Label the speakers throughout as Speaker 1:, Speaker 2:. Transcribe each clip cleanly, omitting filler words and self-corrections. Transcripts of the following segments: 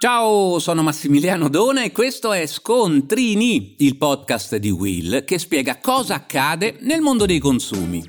Speaker 1: Ciao, sono Massimiliano Dona e questo è Scontrini, il podcast di Will che spiega cosa accade nel mondo dei consumi.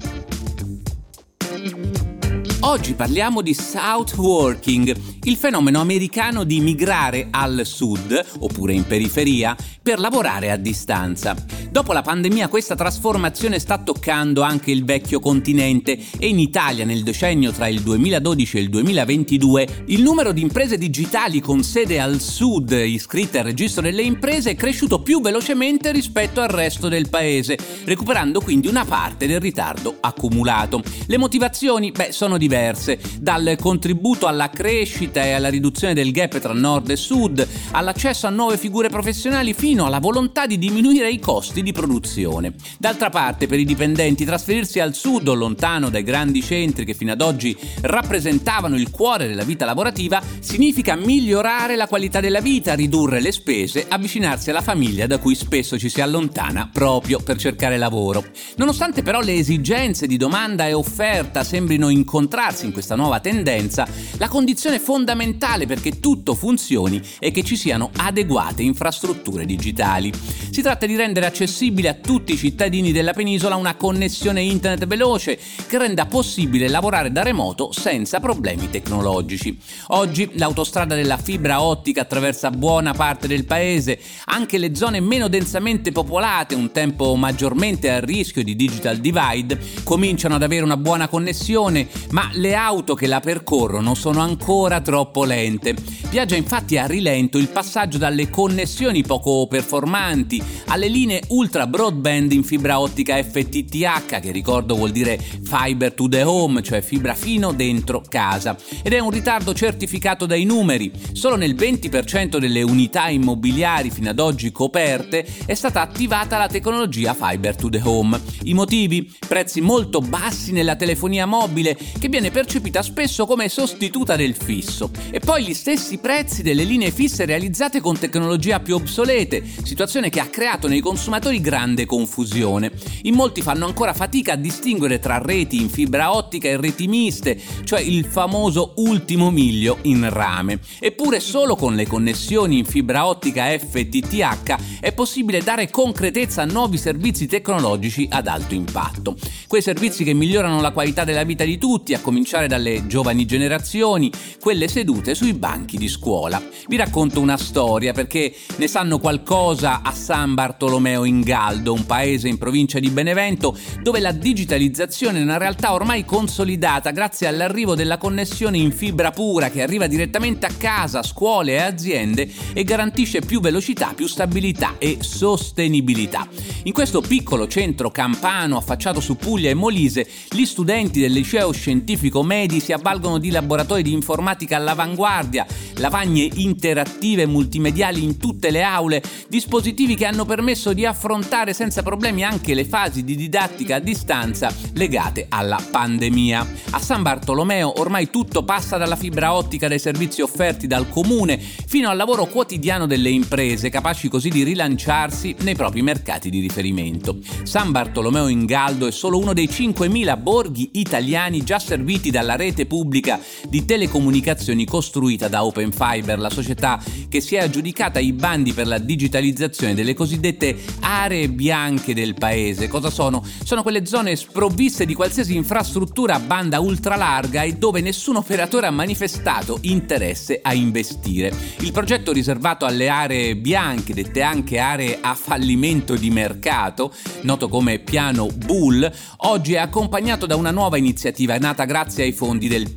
Speaker 1: Oggi parliamo di Southworking, il fenomeno americano di migrare al sud, oppure in periferia, per lavorare a distanza. Dopo la pandemia questa trasformazione sta toccando anche il vecchio continente e in Italia nel decennio tra il 2012 e il 2022 il numero di imprese digitali con sede al sud iscritte al registro delle imprese è cresciuto più velocemente rispetto al resto del paese, recuperando quindi una parte del ritardo accumulato. Le motivazioni, sono diverse, dal contributo alla crescita e alla riduzione del gap tra nord e sud, all'accesso a nuove figure professionali fino alla volontà di diminuire i costi di produzione. D'altra parte, per i dipendenti, trasferirsi al sud o lontano dai grandi centri che fino ad oggi rappresentavano il cuore della vita lavorativa significa migliorare la qualità della vita, ridurre le spese, avvicinarsi alla famiglia da cui spesso ci si allontana proprio per cercare lavoro. Nonostante però le esigenze di domanda e offerta sembrino incontrarsi in questa nuova tendenza, la condizione fondamentale perché tutto funzioni è che ci siano adeguate infrastrutture digitali. Si tratta di rendere accessibile a tutti i cittadini della penisola una connessione internet veloce che renda possibile lavorare da remoto senza problemi tecnologici. Oggi l'autostrada della fibra ottica attraversa buona parte del paese, anche le zone meno densamente popolate, un tempo maggiormente a rischio di digital divide, cominciano ad avere una buona connessione, ma le auto che la percorrono sono ancora troppo lente. Viaggia infatti a rilento il passaggio dalle connessioni poco performanti alle linee ultra broadband in fibra ottica FTTH, che ricordo vuol dire fiber to the home, cioè fibra fino dentro casa, ed è un ritardo certificato dai numeri. Solo nel 20% delle unità immobiliari fino ad oggi coperte è stata attivata la tecnologia fiber to the home. I motivi? Prezzi molto bassi nella telefonia mobile, che viene percepita spesso come sostituta del fisso, e poi gli stessi prezzi delle linee fisse realizzate con tecnologia più obsolete, situazione che ha creato nei consumatori grande confusione. In molti fanno ancora fatica a distinguere tra reti in fibra ottica e reti miste, cioè il famoso ultimo miglio in rame. Eppure solo con le connessioni in fibra ottica FTTH è possibile dare concretezza a nuovi servizi tecnologici ad alto impatto. Quei servizi che migliorano la qualità della vita di tutti, a cominciare dalle giovani generazioni, quelle sedute sui banchi di scuola. Vi racconto una storia perché ne sanno qualcosa a San Bartolomeo in Galdo, un paese in provincia di Benevento dove la digitalizzazione è una realtà ormai consolidata grazie all'arrivo della connessione in fibra pura che arriva direttamente a casa, scuole e aziende e garantisce più velocità, più stabilità e sostenibilità. In questo piccolo centro campano affacciato su Puglia e Molise, gli studenti del liceo scientifico Medi si avvalgono di laboratori di informatica all'avanguardia, lavagne interattive e multimediali in tutte le aule, dispositivi che hanno permesso di affrontare senza problemi anche le fasi di didattica a distanza legate alla pandemia. A San Bartolomeo ormai tutto passa dalla fibra ottica, dai servizi offerti dal comune fino al lavoro quotidiano delle imprese, capaci così di rilanciarsi nei propri mercati di riferimento. San Bartolomeo in Galdo è solo uno dei 5.000 borghi italiani già serviti dalla rete pubblica di telecomunicazioni costruita da Open Fiber, la società che si è aggiudicata i bandi per la digitalizzazione delle cosiddette aree bianche del paese. Cosa sono? Sono quelle zone sprovviste di qualsiasi infrastruttura a banda ultralarga e dove nessun operatore ha manifestato interesse a investire. Il progetto riservato alle aree bianche, dette anche aree a fallimento di mercato, noto come piano Bull, oggi è accompagnato da una nuova iniziativa nata grazie ai fondi del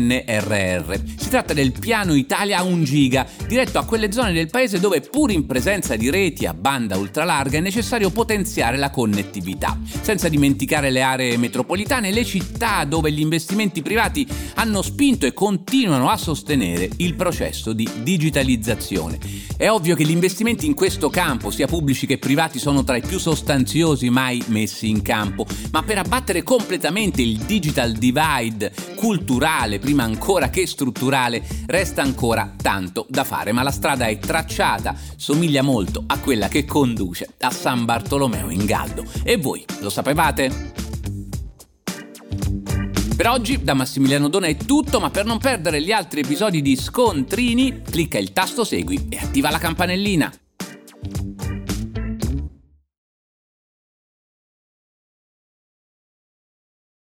Speaker 1: PNRR. Si tratta del piano Italia 1 giga, diretto a quelle zone del paese dove, pur in presenza di reti a banda ultralarga, è necessario potenziare la connettività. Senza dimenticare le aree metropolitane e le città dove gli investimenti privati hanno spinto e continuano a sostenere il processo di digitalizzazione. È ovvio che gli investimenti in questo campo, sia pubblici che privati, sono tra i più sostanziosi mai messi in campo, ma per abbattere completamente il digital divide culturale, prima ancora che strutturale, resta ancora tanto da fare, ma la strada è tracciata, somiglia molto a quella che conduce a San Bartolomeo in Galdo. E voi lo sapevate? Per oggi da Massimiliano Dona è tutto, ma per non perdere gli altri episodi di Scontrini, clicca il tasto segui e attiva la campanellina.